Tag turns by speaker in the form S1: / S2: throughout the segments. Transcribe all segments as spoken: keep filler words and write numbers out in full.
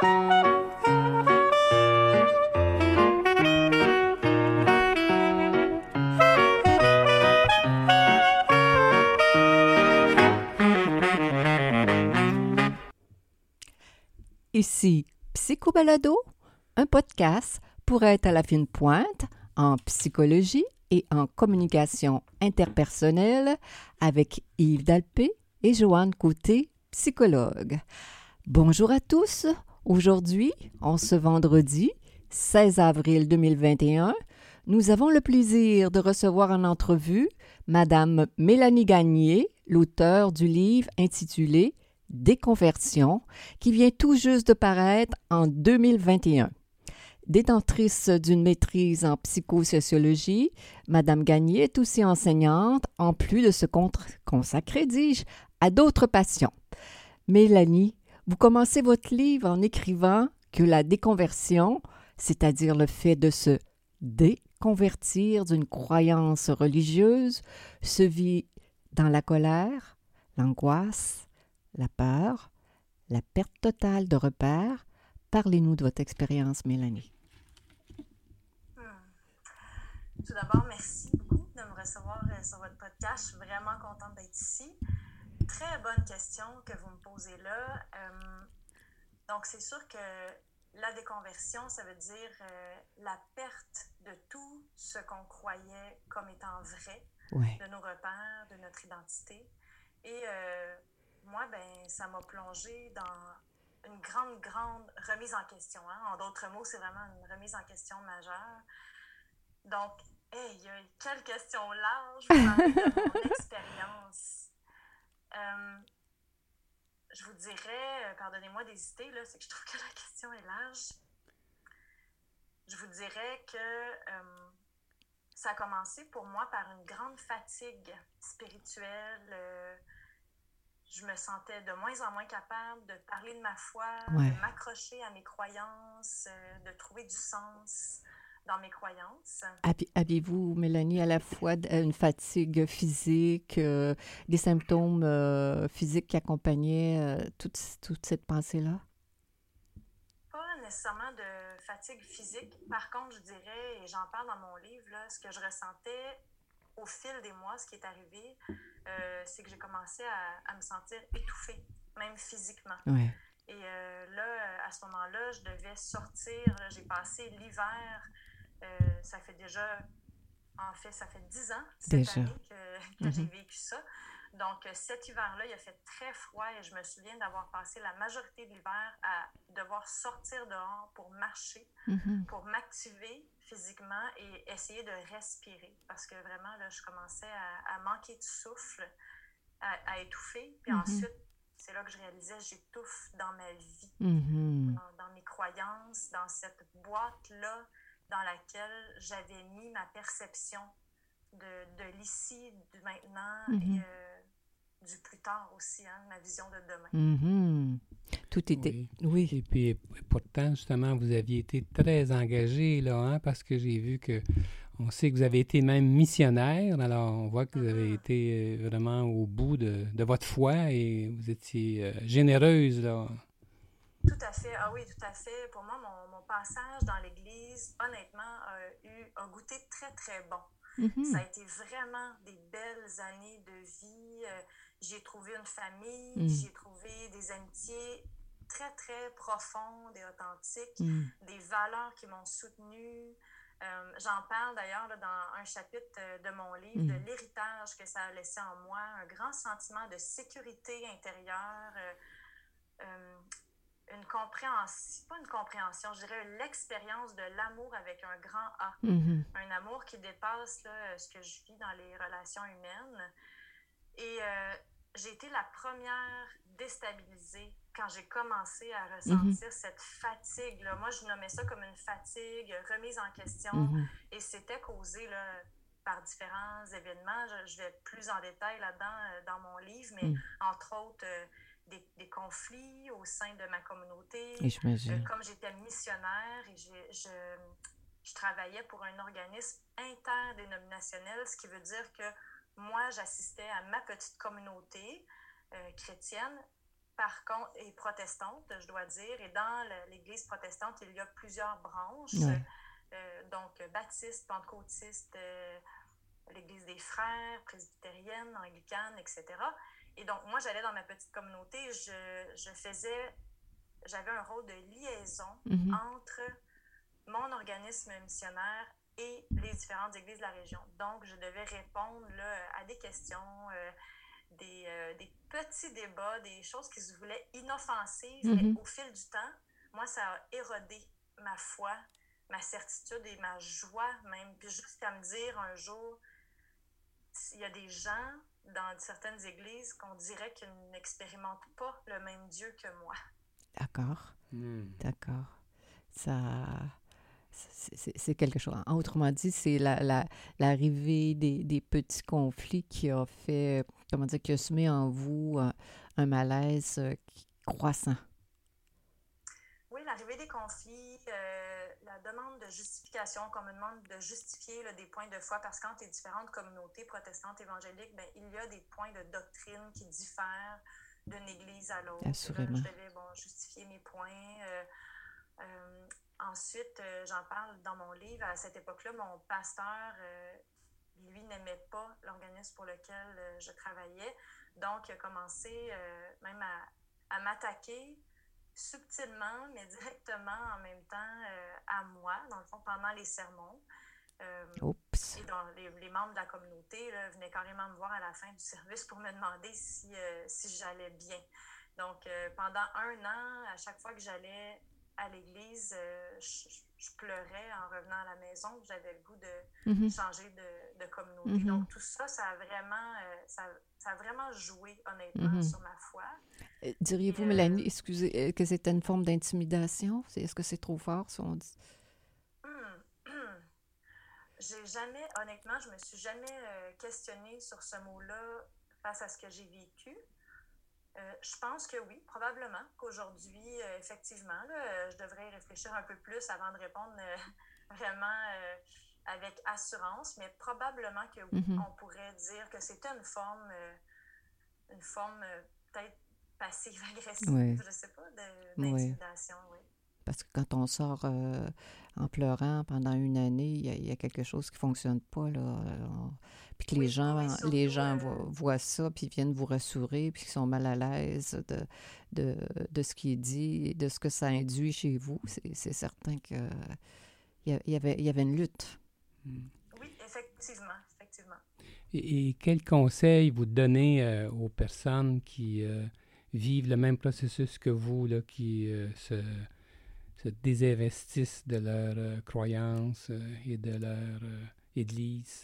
S1: Ici Psychobalado, un podcast pour être à la fine pointe en psychologie et en communication interpersonnelle avec Yves Dalpé et Joanne Côté, psychologue. Bonjour à tous. Aujourd'hui, en ce vendredi seize avril deux mille vingt et un, nous avons le plaisir de recevoir en entrevue Madame Mélanie Gagné, l'auteure du livre intitulé Déconversion, qui vient tout juste de paraître en deux mille vingt et un. Détentrice d'une maîtrise en psychosociologie, Madame Gagné est aussi enseignante, en plus de se consacrer, dis-je, à d'autres passions. Mélanie, vous commencez votre livre en écrivant que la déconversion, c'est-à-dire le fait de se déconvertir d'une croyance religieuse, se vit dans la colère, l'angoisse, la peur, la perte totale de repères. Parlez-nous de votre expérience, Mélanie.
S2: Hmm. Tout d'abord, merci beaucoup de me recevoir sur votre podcast. Je suis vraiment contente d'être ici. Très bonne question que vous me posez là. Euh, donc, c'est sûr que la déconversion, ça veut dire euh, la perte de tout ce qu'on croyait comme étant vrai, ouais. De nos repères, de notre identité. Et euh, moi, ben, ça m'a plongée dans une grande, grande remise en question. Hein? En d'autres mots, c'est vraiment une remise en question majeure. Donc, hey, quelle question large! Je vous parler de mon expérience. Euh, je vous dirais, pardonnez-moi d'hésiter, là, c'est que je trouve que la question est large. Je vous dirais que euh, ça a commencé pour moi par une grande fatigue spirituelle. Euh, je me sentais de moins en moins capable de parler de ma foi, ouais. de m'accrocher à mes croyances, euh, de trouver du sens dans mes croyances.
S1: Aviez-vous, Mélanie, à la fois une fatigue physique, euh, des symptômes euh, physiques qui accompagnaient euh, toute, toute cette pensée-là?
S2: Pas nécessairement de fatigue physique. Par contre, je dirais, et j'en parle dans mon livre, là, ce que je ressentais au fil des mois, ce qui est arrivé, euh, c'est que j'ai commencé à, à me sentir étouffée, même physiquement. Ouais. Et euh, là, à ce moment-là, je devais sortir. Là, j'ai passé l'hiver. Euh, ça fait déjà, en fait, ça fait dix ans cette déjà. année que, que mm-hmm. j'ai vécu ça. Donc, cet hiver-là, il a fait très froid et je me souviens d'avoir passé la majorité de l'hiver à devoir sortir dehors pour marcher, mm-hmm. pour m'activer physiquement et essayer de respirer. Parce que vraiment, là, je commençais à, à manquer de souffle, à, à étouffer. Puis mm-hmm. ensuite, c'est là que je réalisais que j'étouffe dans ma vie, mm-hmm. dans, dans mes croyances, dans cette boîte-là dans laquelle j'avais mis ma perception de, de l'ici, du maintenant mm-hmm. et euh, du plus tard aussi, hein, ma vision de demain.
S1: Mm-hmm. Tout était...
S3: Oui. oui. Et puis, pourtant, justement, vous aviez été très engagé, là, hein, parce que j'ai vu que, on sait que vous avez été même missionnaire, alors on voit que vous avez mm-hmm. été vraiment au bout de, de votre foi et vous étiez euh, généreuse, là.
S2: Tout à fait. Ah oui, tout à fait. Pour moi, mon, mon passage dans l'Église, honnêtement, a, eu, a goûté très, très bon. Mm-hmm. Ça a été vraiment des belles années de vie. Euh, j'ai trouvé une famille, mm. j'ai trouvé des amitiés très, très profondes et authentiques, mm. des valeurs qui m'ont soutenue. Euh, j'en parle d'ailleurs là, dans un chapitre de mon livre, mm. de l'héritage que ça a laissé en moi, un grand sentiment de sécurité intérieure, euh, euh, une compréhension, pas une compréhension, je dirais l'expérience de l'amour avec un grand A. Mm-hmm. Un amour qui dépasse là, ce que je vis dans les relations humaines. Et euh, j'ai été la première déstabilisée quand j'ai commencé à ressentir mm-hmm. cette fatigue. Là. Moi, je nommais ça comme une fatigue, remise en question. Mm-hmm. Et c'était causé là, par différents événements. Je, je vais plus en détail là-dedans euh, dans mon livre, mais mm. entre autres... Euh, Des, des conflits au sein de ma communauté. Euh, comme j'étais missionnaire et je, je, je travaillais pour un organisme interdénominationnel, ce qui veut dire que moi, j'assistais à ma petite communauté euh, chrétienne par contre, est protestante, je dois dire, et dans le, l'Église protestante, il y a plusieurs branches,
S1: Ouais.
S2: euh, donc baptiste, pentecôtiste, euh, l'Église des frères, presbytérienne, anglicane, et cetera. Et donc, moi, j'allais dans ma petite communauté, je, je faisais, j'avais un rôle de liaison
S1: Mm-hmm.
S2: entre mon organisme missionnaire et les différentes églises de la région. Donc, je devais répondre là, à des questions, euh, des, euh, des petits débats, des choses qui se voulaient inoffensives,
S1: Mm-hmm.
S2: mais au fil du temps, moi, ça a érodé ma foi, ma certitude et ma joie même. Puis jusqu'à me dire un jour, il y a des gens dans certaines églises qu'on dirait qu'ils n'expérimentent pas le même Dieu que moi.
S1: D'accord.
S3: Mm.
S1: D'accord. Ça... C'est, c'est, c'est quelque chose. Autrement dit, c'est la, la, l'arrivée des, des petits conflits qui a fait, comment dire, qui a semé en vous un, un malaise euh, croissant.
S2: Oui, l'arrivée des conflits, euh, la demande de justification, qu'on me demande de justifier là, des points de foi, parce que quand les différentes communautés protestantes évangéliques, ben, il y a des points de doctrine qui diffèrent d'une église à l'autre.
S1: Assurément.
S2: Là, je devais bon, justifier mes points. Euh, euh, ensuite, euh, j'en parle dans mon livre. À cette époque-là, mon pasteur, euh, lui, n'aimait pas l'organisme pour lequel euh, je travaillais. Donc, il a commencé euh, même à, à m'attaquer subtilement, mais directement en même temps euh, à moi, dans le fond, pendant les sermons. Euh,
S1: Oups.
S2: et donc, les, les membres de la communauté là, venaient carrément me voir à la fin du service pour me demander si, euh, si j'allais bien. Donc, euh, pendant un an, à chaque fois que j'allais à l'église, euh, je, je pleurais en revenant à la maison. J'avais le goût de
S1: Mm-hmm.
S2: changer de, de communauté.
S1: Mm-hmm.
S2: Donc, tout ça, ça a vraiment, euh, ça, ça a vraiment joué, honnêtement,
S1: Mm-hmm.
S2: sur ma foi.
S1: Euh, diriez-vous,
S2: Et, euh,
S1: Mélanie, excusez, que c'était une forme d'intimidation? Est-ce que c'est trop fort, si on dit?
S2: hum, hum. J'ai jamais, honnêtement, je me suis jamais euh, questionnée sur ce mot-là face à ce que j'ai vécu. Euh, je pense que oui, probablement qu'aujourd'hui, euh, effectivement, là, je devrais réfléchir un peu plus avant de répondre euh, vraiment euh, avec assurance, mais probablement que oui,
S1: Mm-hmm.
S2: on pourrait dire que c'était une forme, euh, une forme euh, peut-être passive-agressive,
S1: Oui.
S2: je ne sais pas, de, d'intimidation, oui.
S1: oui. Parce que quand on sort euh, en pleurant pendant une année, il y, y a quelque chose qui ne fonctionne pas, là. On... Puis que les
S2: Oui,
S1: gens,
S2: oui, surtout,
S1: les gens
S2: euh,
S1: voient, voient ça, puis viennent vous rassurer, puis qu'ils sont mal à l'aise de, de, de ce qui est dit, et de ce que ça induit chez vous. C'est, c'est certain qu'il y, y, avait, y avait une lutte.
S3: Mm.
S2: Oui, effectivement, effectivement.
S3: Et, et quels conseils vous donnez euh, aux personnes qui euh, vivent le même processus que vous, là, qui euh, se, se désinvestissent de leurs euh, croyances euh, et de leur euh, Église?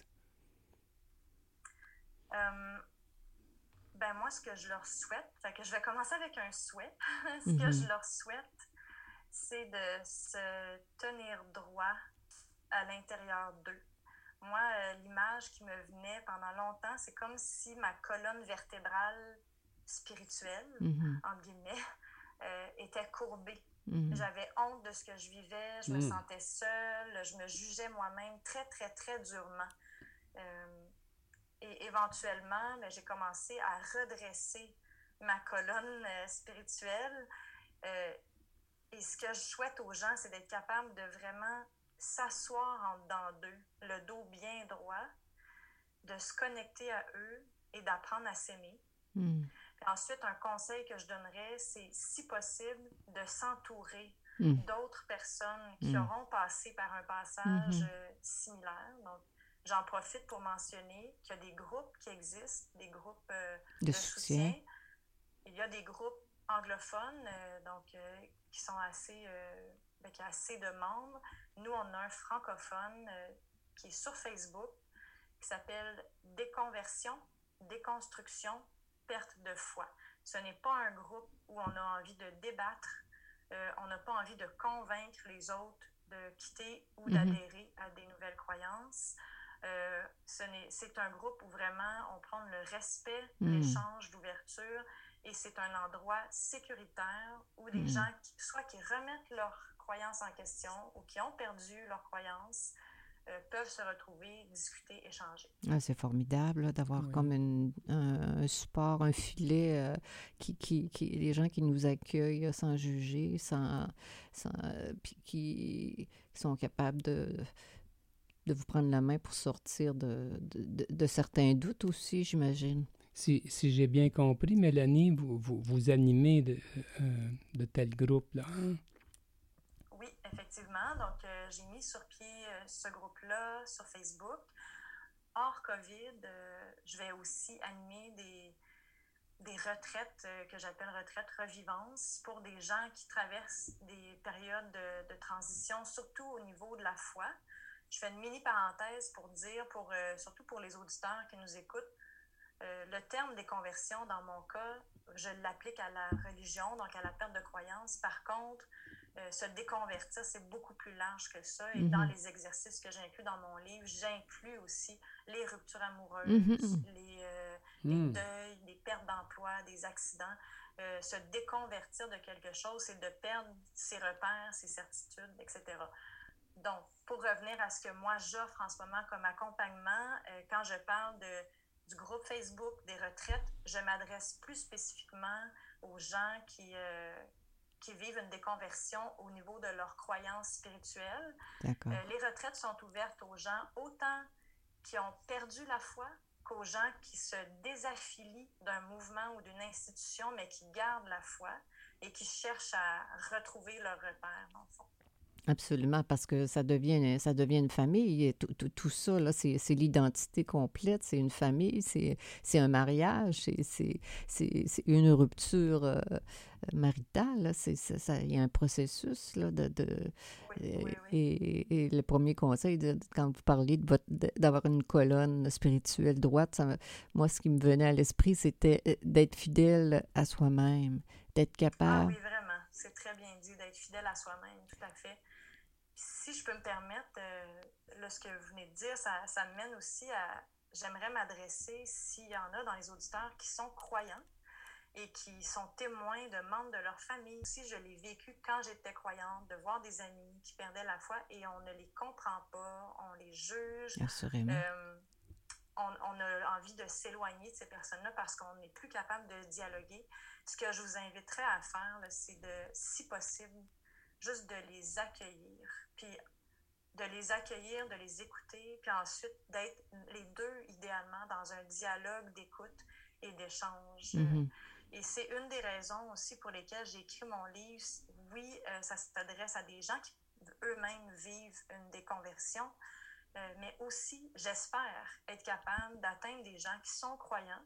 S2: Euh, ben moi, ce que je leur souhaite, fait que je vais commencer avec un souhait. ce
S1: Mm-hmm.
S2: que je leur souhaite, c'est de se tenir droit à l'intérieur d'eux. Moi, euh, l'image qui me venait pendant longtemps, c'est comme si ma colonne vertébrale spirituelle,
S1: Mm-hmm.
S2: entre guillemets, euh, était courbée.
S1: Mm-hmm.
S2: J'avais honte de ce que je vivais, je me
S3: Mm.
S2: sentais seule, je me jugeais moi-même très, très, très durement. Euh, et éventuellement, ben, j'ai commencé à redresser ma colonne euh, spirituelle. Euh, et ce que je souhaite aux gens, c'est d'être capable de vraiment s'asseoir en dedans d'eux, le dos bien droit, de se connecter à eux et d'apprendre à s'aimer.
S1: Mm.
S2: Ensuite, un conseil que je donnerais, c'est, si possible, de s'entourer
S1: mm.
S2: d'autres personnes qui
S1: Mm.
S2: auront passé par un passage
S1: Mm-hmm.
S2: euh, similaire. Donc, j'en profite pour mentionner qu'il y a des groupes qui existent, des groupes euh,
S1: de,
S2: de
S1: soutien.
S2: soutien. Il y a des groupes anglophones, euh, donc, euh, qui sont assez, euh, ben, qui a assez de membres. Nous, on a un francophone euh, qui est sur Facebook, qui s'appelle Déconversion, Déconstruction, Perte de foi. Ce n'est pas un groupe où on a envie de débattre, euh, on n'a pas envie de convaincre les autres de quitter ou d'adhérer mm-hmm. à des nouvelles croyances. Euh, ce n'est, c'est un groupe où vraiment on prend le respect, mm. l'échange, l'ouverture, et c'est un endroit sécuritaire où des mm. gens, qui, soit qui remettent leurs croyances en question ou qui ont perdu leurs croyances, euh, peuvent se retrouver, discuter, échanger.
S1: Ah, c'est formidable là, d'avoir oui. comme une, un, un support, un filet, euh, qui, qui, qui, les gens qui nous accueillent sans juger, sans, sans, euh, puis qui, qui sont capables de, de vous prendre la main pour sortir de, de, de, de certains doutes aussi, j'imagine.
S3: Si, si j'ai bien compris, Mélanie, vous, vous, vous animez de, euh, de tels groupes-là.
S2: Oui, effectivement. Donc, euh, j'ai mis sur pied euh, ce groupe-là sur Facebook. Hors COVID, euh, je vais aussi animer des, des retraites euh, que j'appelle retraites revivance pour des gens qui traversent des périodes de, de transition, surtout au niveau de la foi. Je fais une mini parenthèse pour dire, pour, euh, surtout pour les auditeurs qui nous écoutent, euh, le terme des conversions, dans mon cas, je l'applique à la religion, donc à la perte de croyance. Par contre, euh, se déconvertir, c'est beaucoup plus large que ça. Et mm-hmm. dans les exercices que j'inclus dans mon livre, j'inclus aussi les ruptures amoureuses, mm-hmm. les, euh, mm. les deuils, les pertes d'emploi, des accidents. Euh, se déconvertir de quelque chose, c'est de perdre ses repères, ses certitudes, et cetera. Donc, pour revenir à ce que moi j'offre en ce moment comme accompagnement, euh, quand je parle de, du groupe Facebook des retraites, je m'adresse plus spécifiquement aux gens qui, euh, qui vivent une déconversion au niveau de leurs croyances spirituelles.
S1: D'accord.
S2: Euh, les retraites sont ouvertes aux gens autant qui ont perdu la foi qu'aux gens qui se désaffilient d'un mouvement ou d'une institution, mais qui gardent la foi et qui cherchent à retrouver leur repère, dans le fond.
S1: Absolument, parce que ça devient, ça devient une famille. Tout, tout, tout ça, là, c'est, c'est l'identité complète. C'est une famille, c'est, c'est un mariage, c'est, c'est, c'est, c'est une rupture euh, maritale. C'est, c'est, ça, il y a un processus là, de... de
S2: oui, oui, oui.
S1: Et, et le premier conseil, de, quand vous parliez de votre, de, d'avoir une colonne spirituelle droite, ça, moi, ce qui me venait à l'esprit, c'était d'être fidèle à soi-même, d'être capable...
S2: Ah oui, vraiment. C'est très bien dit, d'être fidèle à soi-même, tout à fait. Si je peux me permettre, euh, là, ce que vous venez de dire, ça, ça me mène aussi à... J'aimerais m'adresser, s'il y en a dans les auditeurs qui sont croyants et qui sont témoins de membres de leur famille. Si je l'ai vécu quand j'étais croyante, de voir des amis qui perdaient la foi et on ne les comprend pas, on les juge.
S1: Assurément.
S2: Euh, on, on a envie de s'éloigner de ces personnes-là parce qu'on n'est plus capable de dialoguer. Ce que je vous inviterais à faire, là, c'est de, si possible, juste de les accueillir, puis de les accueillir, de les écouter, puis ensuite d'être les deux, idéalement, dans un dialogue d'écoute et d'échange. Mm-hmm. Et c'est une des raisons aussi pour lesquelles j'ai écrit mon livre. Oui, euh, ça s'adresse à des gens qui eux-mêmes vivent une déconversion, euh, mais aussi, j'espère, être capable d'atteindre des gens qui sont croyants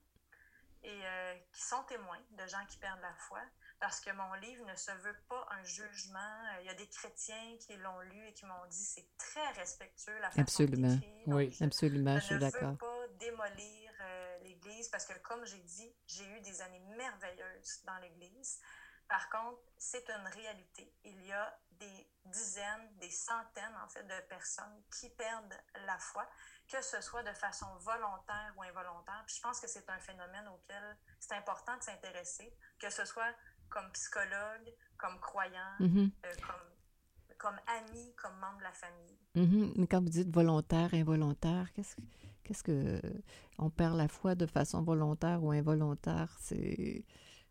S2: et euh, qui sont témoins de gens qui perdent la foi. Parce que mon livre ne se veut pas un jugement. Il y a des chrétiens qui l'ont lu et qui m'ont dit c'est très respectueux la façon
S1: absolument.
S2: d'écrire.
S1: Oui,
S2: je,
S1: absolument, je, je suis d'accord.
S2: Je ne veux pas démolir euh, l'Église parce que, comme j'ai dit, j'ai eu des années merveilleuses dans l'Église. Par contre, c'est une réalité. Il y a des dizaines, des centaines, en fait, de personnes qui perdent la foi, que ce soit de façon volontaire ou involontaire. Puis je pense que c'est un phénomène auquel c'est important de s'intéresser, que ce soit comme psychologue, comme croyant, mm-hmm. euh, comme, comme ami, comme membre de la famille.
S1: Mm-hmm. Mais quand vous dites volontaire, involontaire, qu'est-ce, qu'est-ce que... On perd la foi de façon volontaire ou involontaire, c'est...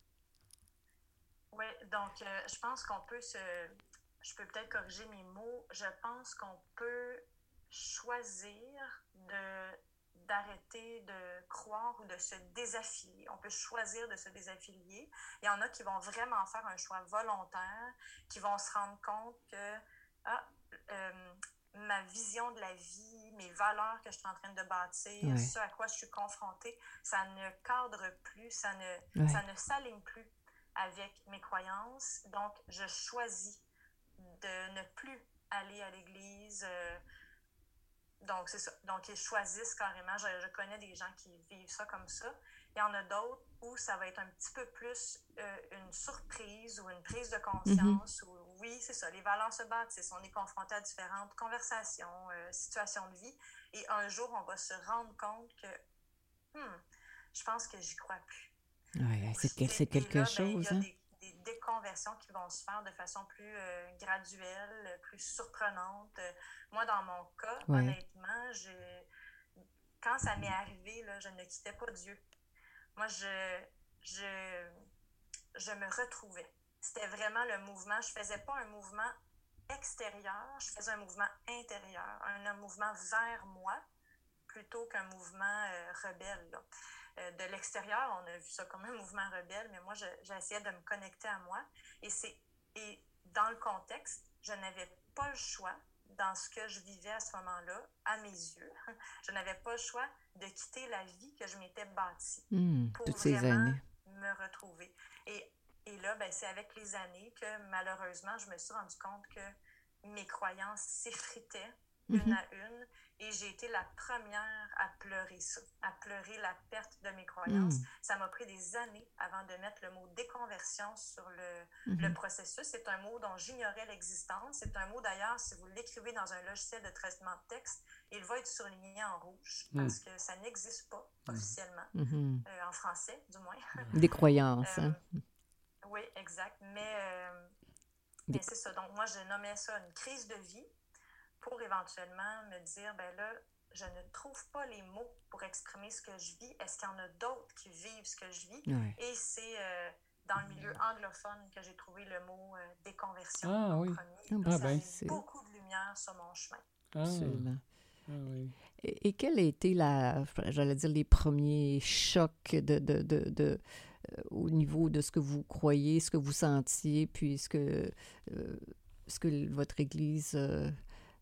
S2: Oui, donc euh, je pense qu'on peut se... Je peux peut-être corriger mes mots. Je pense qu'on peut choisir de... d'arrêter de croire ou de se désaffilier. On peut choisir de se désaffilier. Il y en a qui vont vraiment faire un choix volontaire, qui vont se rendre compte que ah, euh, ma vision de la vie, mes valeurs que je suis en train de bâtir, ouais. ce à quoi je suis confrontée, ça ne cadre plus, ça ne, ouais. ça ne s'aligne plus avec mes croyances. Donc, je choisis de ne plus aller à l'église. Euh, Donc, c'est ça. Donc, ils choisissent carrément. Je, je connais des gens qui vivent ça comme ça. Il y en a d'autres où ça va être un petit peu plus euh, une surprise ou une prise de conscience. Mm-hmm. Où, oui, c'est ça. Les valeurs se bâtissent. On est confronté à différentes conversations, euh, situations de vie. Et un jour, on va se rendre compte que hmm, je pense que j'y crois plus.
S1: Oui, c'est, c'est quelque
S2: là,
S1: chose.
S2: Ben, il y a
S1: hein?
S2: des, des déconversions déconversions qui vont se faire de façon plus euh, graduelle, plus surprenante. Moi, dans mon cas, ouais. honnêtement, je, quand ça m'est arrivé, là, je ne quittais pas Dieu. Moi, je, je, je me retrouvais. C'était vraiment le mouvement. Je ne faisais pas un mouvement extérieur, je faisais un mouvement intérieur, un, un mouvement vers moi, plutôt qu'un mouvement euh, rebelle. Là. Euh, de l'extérieur, on a vu ça comme un mouvement rebelle, mais moi, je, j'essayais de me connecter à moi. Et, c'est, et dans le contexte, je n'avais pas le choix, dans ce que je vivais à ce moment-là, à mes yeux, je n'avais pas le choix de quitter la vie que je m'étais bâtie
S1: mmh,
S2: pour
S1: toutes ces
S2: vraiment
S1: années.
S2: me retrouver. Et, et là, ben, c'est avec les années que, malheureusement, je me suis rendu compte que mes croyances s'effritaient une mm-hmm. à une, et j'ai été la première à pleurer ça, à pleurer la perte de mes croyances. Mm. Ça m'a pris des années avant de mettre le mot déconversion sur le, mm-hmm. le processus. C'est un mot dont j'ignorais l'existence. C'est un mot, d'ailleurs, si vous l'écrivez dans un logiciel de traitement de texte, il va être surligné en rouge, mm. parce que ça n'existe pas mm. officiellement, mm-hmm. euh, en français, du moins.
S1: Des croyances.
S2: euh,
S1: hein?
S2: Oui, exact. Mais, euh, mais c'est ça. Donc, moi, je nommais ça une crise de vie, pour éventuellement me dire, ben là, je ne trouve pas les mots pour exprimer ce que je vis. Est-ce qu'il y en a d'autres qui vivent ce que je vis? Oui. Et c'est euh, dans le milieu anglophone que j'ai trouvé le mot euh, déconversion
S3: ah,
S2: en
S3: oui.
S2: premier.
S3: Ah,
S2: ça
S3: ben,
S2: a mis
S3: c'est...
S2: beaucoup de lumière sur mon chemin.
S3: Ah,
S1: Absolument.
S3: Ah, oui.
S1: Et, et quel a été, la, j'allais dire, les premiers chocs de, de, de, de, euh, au niveau de ce que vous croyez, ce que vous sentiez, puis ce que, euh, ce que votre Église... Euh,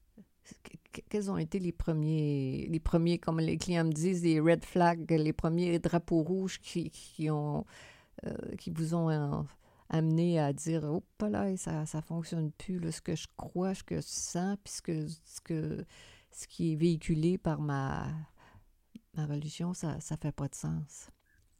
S1: quels ont été les premiers, les premiers, comme les clients me disent, les red flags, les premiers drapeaux rouges qui, qui, ont, euh, qui vous ont euh, amené à dire « Oh, pas là, ça ne fonctionne plus, là, ce que je crois, ce que je sens, puis ce, que, ce, que, ce qui est véhiculé par ma, ma religion, ça ne fait pas de sens. »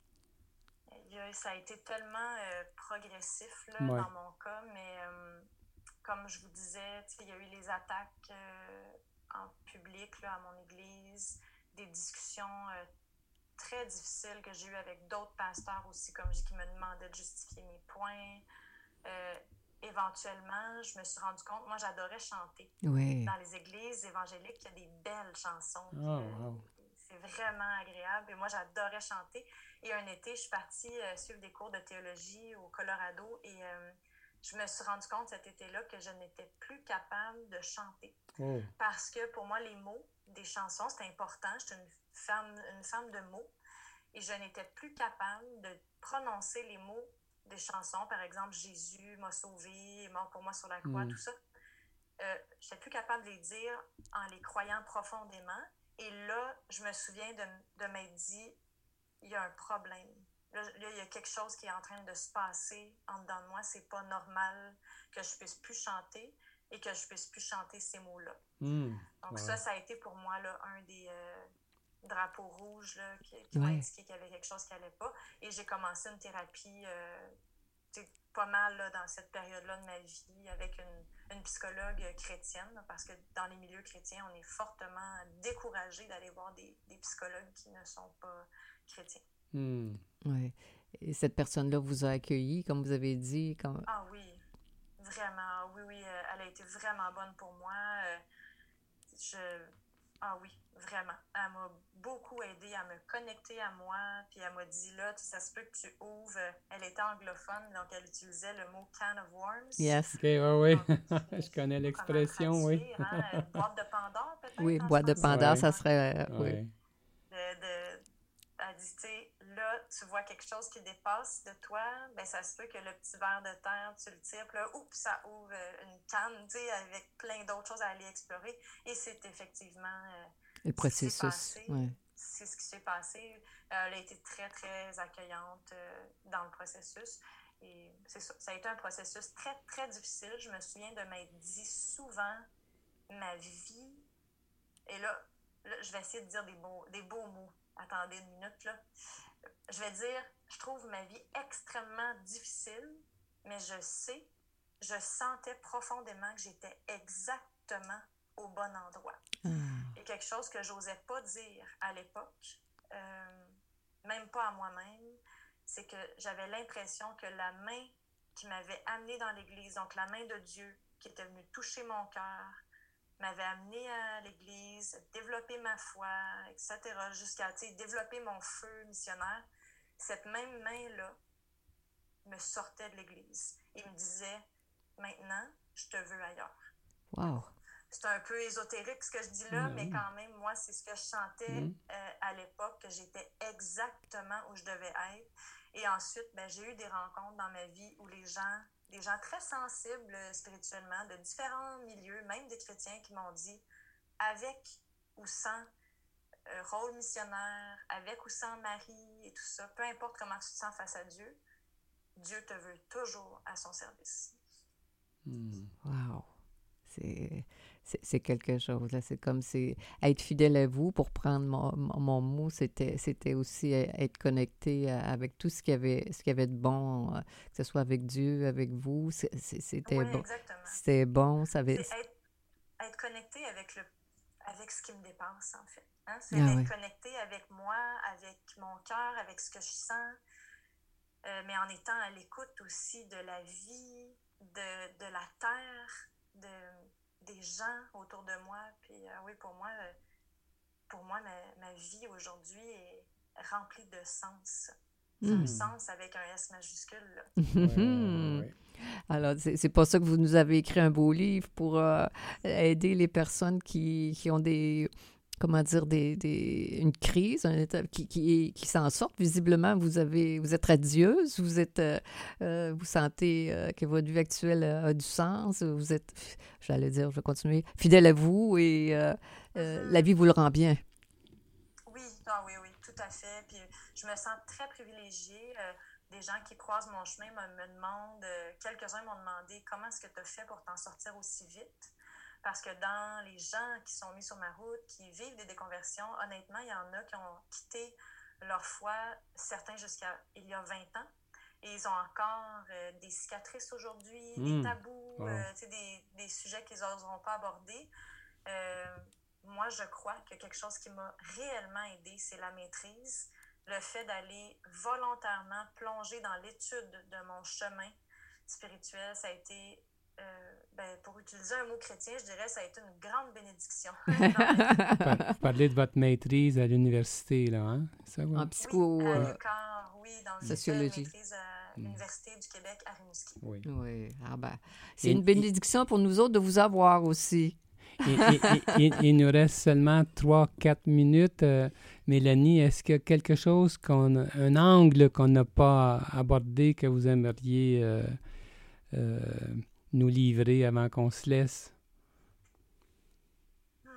S2: Ça a été tellement euh, progressif là,
S3: ouais.
S2: dans mon cas, mais... Euh, Comme je vous disais, il y a eu les attaques euh, en public là, à mon église, des discussions euh, très difficiles que j'ai eues avec d'autres pasteurs aussi, comme je dis, qui me demandaient de justifier mes points. Euh, éventuellement, je me suis rendu compte, moi j'adorais chanter.
S1: Oui.
S2: Dans les églises évangéliques, il y a des belles chansons.
S3: Oh,
S2: euh,
S3: wow.
S2: C'est vraiment agréable. Et moi, j'adorais chanter. Et un été, je suis partie euh, suivre des cours de théologie au Colorado et... Euh, je me suis rendu compte cet été-là que je n'étais plus capable de chanter. Oh. Parce que pour moi, les mots des chansons, c'était important. J'étais une femme, une femme de mots. Et je n'étais plus capable de prononcer les mots des chansons. Par exemple, Jésus m'a sauvé, est mort pour moi sur la croix, mm. tout ça. Euh, je n'étais plus capable de les dire en les croyant profondément. Et là, je me souviens de, de m'être dit, il y a un problème. Là, là, il y a quelque chose qui est en train de se passer en dedans de moi. C'est pas normal que je puisse plus chanter et que je puisse plus chanter ces mots-là. Mmh, Donc ouais. ça, ça a été pour moi là, un des euh, drapeaux rouges là, qui, qui ouais. m'a indiqué qu'il y avait quelque chose qui n'allait pas. Et j'ai commencé une thérapie euh, pas mal là, dans cette période-là de ma vie avec une, une psychologue chrétienne, parce que dans les milieux chrétiens, on est fortement découragé d'aller voir des, des psychologues qui ne sont pas chrétiens.
S1: Mmh. Oui. Et cette personne-là vous a accueilli, comme vous avez dit? Comme...
S2: Ah oui, vraiment. Oui, oui, elle a été vraiment bonne pour moi. Je... Ah oui, vraiment. Elle m'a beaucoup aidée à me connecter à moi. Puis elle m'a dit, là, ça se peut que tu ouvres. Elle était anglophone, donc elle utilisait le mot « can of worms ».
S1: Yes.
S3: OK, oui, oui. Je connais l'expression, oui.
S2: Hein? Boîte de Pandore, peut-être?
S1: Oui, boîte de Pandore,
S2: ouais.
S1: ça serait... Euh,
S3: ouais.
S1: oui.
S2: De... de... Elle dit, tu sais, là, tu vois quelque chose qui dépasse de toi, ben ça se peut que le petit verre de terre, tu le tires, puis là, oups, ça ouvre une canne, tu sais, avec plein d'autres choses à aller explorer. Et c'est effectivement euh,
S1: le processus.
S2: Ce qui s'est passé.
S1: Ouais.
S2: C'est ce qui s'est passé. Elle a été très, très accueillante euh, dans le processus. Et c'est ça. Ça a été un processus très, très difficile. Je me souviens de m'être dit souvent, ma vie, et là, là je vais essayer de dire des beaux, des beaux mots. Attendez une minute, là. Je vais dire, je trouve ma vie extrêmement difficile, mais je sais, je sentais profondément que j'étais exactement au bon endroit. Mm. Et quelque chose que j'osais pas dire à l'époque, euh, même pas à moi-même, c'est que j'avais l'impression que la main qui m'avait amenée dans l'Église. Donc, la main de Dieu qui était venue toucher mon cœur, m'avait amenée à l'Église, développer ma foi, et cetera, jusqu'à développer mon feu missionnaire. Cette même main-là me sortait de l'Église et me disait, maintenant, je te veux ailleurs.
S1: Wow!
S2: C'est un peu ésotérique ce que je dis là, mmh. mais quand même, moi, c'est ce que je sentais mmh. euh, à l'époque, que j'étais exactement où je devais être. Et ensuite, ben, j'ai eu des rencontres dans ma vie où les gens, des gens très sensibles spirituellement, de différents milieux, même des chrétiens qui m'ont dit, avec ou sans euh, rôle missionnaire, avec ou sans mari et tout ça, peu importe comment tu te sens face à Dieu, Dieu te veut toujours à son service.
S1: Mmh. Wow! C'est, c'est, c'est quelque chose. Là. C'est comme c'est être fidèle à vous, pour prendre mon, mon mot, c'était, c'était aussi être connecté avec tout ce qu'il y avait, ce qu'il y avait de bon, que ce soit avec Dieu, avec vous. C'est, c'est, c'était
S2: oui,
S1: bon.
S2: Exactement.
S1: C'était bon. Ça avait...
S2: C'est être, être connecté avec, le, avec ce qui me dépasse, en fait. Hein? C'est
S1: ah,
S2: être
S1: oui.
S2: connecté avec moi, avec mon cœur, avec ce que je sens, euh, mais en étant à l'écoute aussi de la vie, de, de la terre, de, des gens autour de moi. Puis euh, oui, pour moi, euh, pour moi ma, ma vie aujourd'hui est remplie de sens. C'est mmh. un sens avec un S majuscule.
S1: ouais, ouais, ouais. Alors, c'est, c'est pour ça que vous nous avez écrit un beau livre pour euh, aider les personnes qui, qui ont des... comment dire, des, des, une crise, un état, qui, qui, qui s'en sortent. Visiblement, vous, avez, vous êtes radieuse, vous, êtes, euh, euh, vous sentez euh, que votre vie actuelle a du sens, vous êtes, j'allais dire, je vais continuer, fidèle à vous et euh, euh, la vie vous le rend bien.
S2: Oui, ah oui, oui, tout à fait. Puis je me sens très privilégiée. Euh, des gens qui croisent mon chemin me, me demandent, euh, quelques-uns m'ont demandé comment est-ce que tu as fait pour t'en sortir aussi vite. Parce que dans les gens qui sont mis sur ma route, qui vivent des déconversions, honnêtement, il y en a qui ont quitté leur foi, certains jusqu'à il y a vingt ans. Et ils ont encore euh, des cicatrices aujourd'hui, mmh. des tabous, wow. euh, des, des sujets qu'ils n'oseront pas aborder. Euh, moi, je crois que quelque chose qui m'a réellement aidée, c'est la maîtrise. Le fait d'aller volontairement plonger dans l'étude de mon chemin spirituel, ça a été... Euh, ben, pour utiliser un mot chrétien, je dirais que ça a été une grande bénédiction.
S3: Vous parlez de votre maîtrise à l'université, là, hein? Ça, ouais?
S1: En psycho...
S2: Oui, à
S1: euh,
S2: l'UQAM, oui, dans le
S1: sociologie.
S2: maîtrise à l'Université mm. du Québec à Rimouski.
S3: Oui.
S1: oui. Ah ben, c'est
S3: et,
S1: une bénédiction et, pour nous autres de vous avoir aussi.
S3: Et, et, et, et il nous reste seulement trois quatre minutes. Euh, Mélanie, est-ce qu'il y a quelque chose, qu'on, un angle qu'on n'a pas abordé que vous aimeriez... Euh, euh, nous livrer avant qu'on se laisse?
S2: Hmm.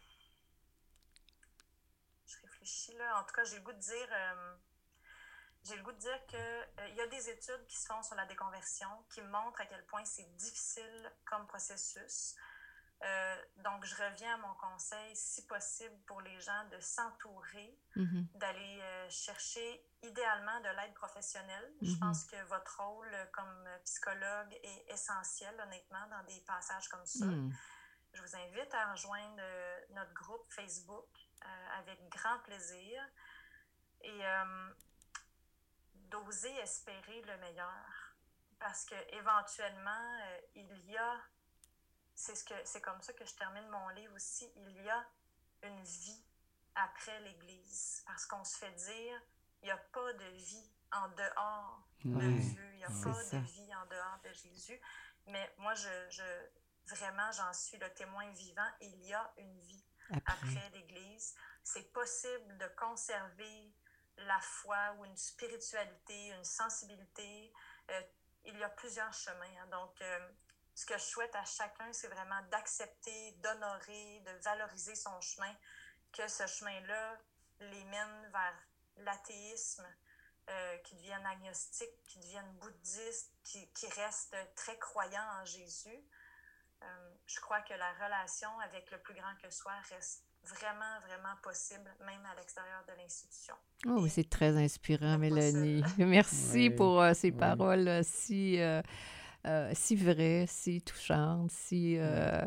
S2: Je réfléchis là. En tout cas, j'ai le goût de dire, euh, j'ai le goût de dire que euh, il y a des études qui se font sur la déconversion qui montrent à quel point c'est difficile comme processus. Euh, donc, je reviens à mon conseil, si possible, pour les gens de s'entourer, mm-hmm. d'aller euh, chercher idéalement de l'aide professionnelle. Mm-hmm. Je pense que votre rôle comme psychologue est essentiel, honnêtement, dans des passages comme ça. Mm. Je vous invite à rejoindre euh, notre groupe Facebook euh, avec grand plaisir et euh, d'oser espérer le meilleur. Parce qu'éventuellement, euh, il y a C'est, ce que, c'est comme ça que je termine mon livre aussi. Il y a une vie après l'Église. Parce qu'on se fait dire, il n'y a pas de vie en dehors mmh. de Dieu. Il n'y a c'est pas ça. de vie en dehors de Jésus. Mais moi, je, je, vraiment, j'en suis le témoin vivant. Il y a une vie après, après l'Église. C'est possible de conserver la foi ou une spiritualité, une sensibilité. Euh, il y a plusieurs chemins. Hein. Donc, euh, ce que je souhaite à chacun, c'est vraiment d'accepter, d'honorer, de valoriser son chemin, que ce chemin-là les mène vers l'athéisme, euh, qu'ils deviennent agnostiques, qu'ils deviennent bouddhistes, qu'ils, qu'ils restent très croyants en Jésus. Euh, je crois que la relation avec le plus grand que soi reste vraiment, vraiment possible, même à l'extérieur de l'institution.
S1: Oh, Et c'est très inspirant, Mélanie. Merci oui. pour euh, ces oui. paroles si... Euh, euh, si vraie, si touchante, si euh,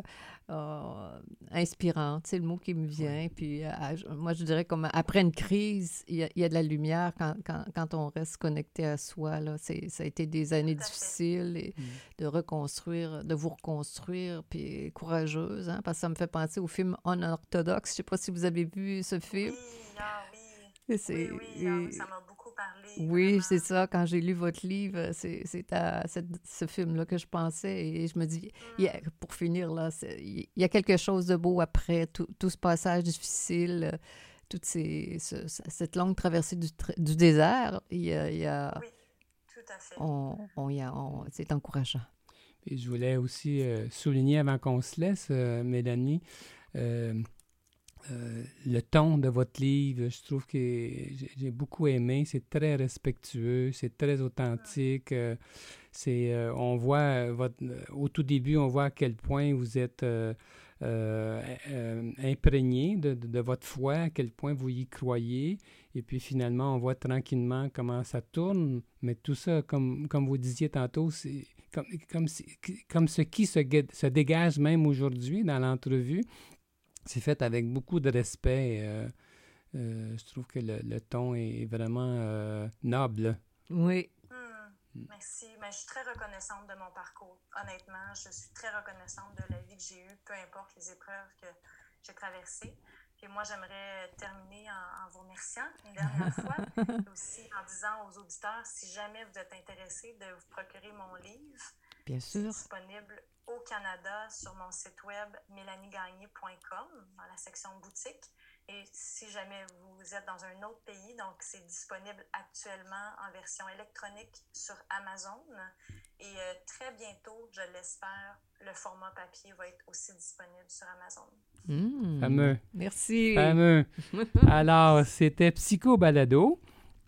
S1: euh, inspirante. C'est le mot qui me vient. Oui. Puis euh, moi, je dirais comme après une crise, il y a, il y a de la lumière quand, quand, quand on reste connecté à soi. Là. C'est, ça a été des années difficiles et mm. de reconstruire, de vous reconstruire, puis courageuse, hein, parce que ça me fait penser au film Unorthodox. Je ne sais pas si vous avez vu ce film.
S2: Oui, ah oui.
S1: C'est,
S2: oui, oui, ah, ça m'a beaucoup parlé.
S1: Oui,
S2: vraiment.
S1: C'est ça. Quand j'ai lu votre livre, c'est, c'est à cette, ce film-là que je pensais. Et je me dis, mm. il y a, pour finir, là, il y a quelque chose de beau après tout, tout ce passage difficile, toute ces, ce, cette longue traversée du, du désert. Il y a, il y a,
S2: oui, tout à fait.
S1: On, on, y a, on, c'est encourageant.
S3: Et je voulais aussi euh, souligner, avant qu'on se laisse, euh, Mélanie, euh, Euh, le ton de votre livre, je trouve que j'ai, j'ai beaucoup aimé. C'est très respectueux, c'est très authentique. Euh, c'est, euh, on voit, votre, au tout début, on voit à quel point vous êtes euh, euh, euh, imprégné de, de, de votre foi, à quel point vous y croyez. Et puis finalement, on voit tranquillement comment ça tourne. Mais tout ça, comme, comme vous disiez tantôt, c'est comme, comme, comme ce qui se, se dégage même aujourd'hui dans l'entrevue. C'est fait avec beaucoup de respect. Euh, euh, je trouve que le, le ton est vraiment euh, noble.
S1: Oui.
S2: Mmh, merci. Mais je suis très reconnaissante de mon parcours. Honnêtement, je suis très reconnaissante de la vie que j'ai eue, peu importe les épreuves que j'ai traversées. Puis moi, j'aimerais terminer en, en vous remerciant une dernière fois. Et aussi en disant aux auditeurs, si jamais vous êtes intéressés de vous procurer mon livre,
S1: bien sûr,
S2: c'est disponible au Canada sur mon site web mélanie gagné point com dans la section boutique. Et si jamais vous êtes dans un autre pays, donc c'est disponible actuellement en version électronique sur Amazon. Et euh, très bientôt, je l'espère, le format papier va être aussi disponible sur Amazon.
S3: Mmh. Fameux.
S1: Merci.
S3: Fameux. Alors, c'était Psycho Balado.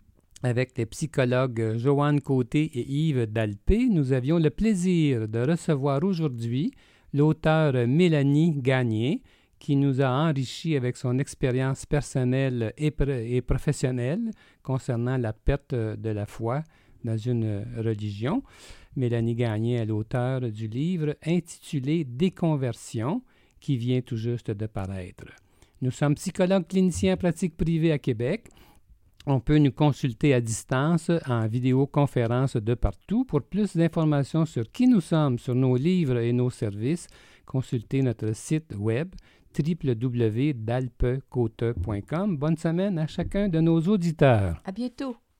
S3: Avec les psychologues Joanne Côté et Yves Dalpé, nous avions le plaisir de recevoir aujourd'hui l'auteure Mélanie Gagné, qui nous a enrichis avec son expérience personnelle et, pr- et professionnelle concernant la perte de la foi dans une religion. Mélanie Gagné est l'auteure du livre intitulé « Déconversion » qui vient tout juste de paraître. Nous sommes psychologues cliniciens en pratique privée à Québec. On peut nous consulter à distance, en vidéoconférence de partout. Pour plus d'informations sur qui nous sommes, sur nos livres et nos services, consultez notre site web w w w point dalpecote point com. Bonne semaine à chacun de nos auditeurs.
S1: À bientôt.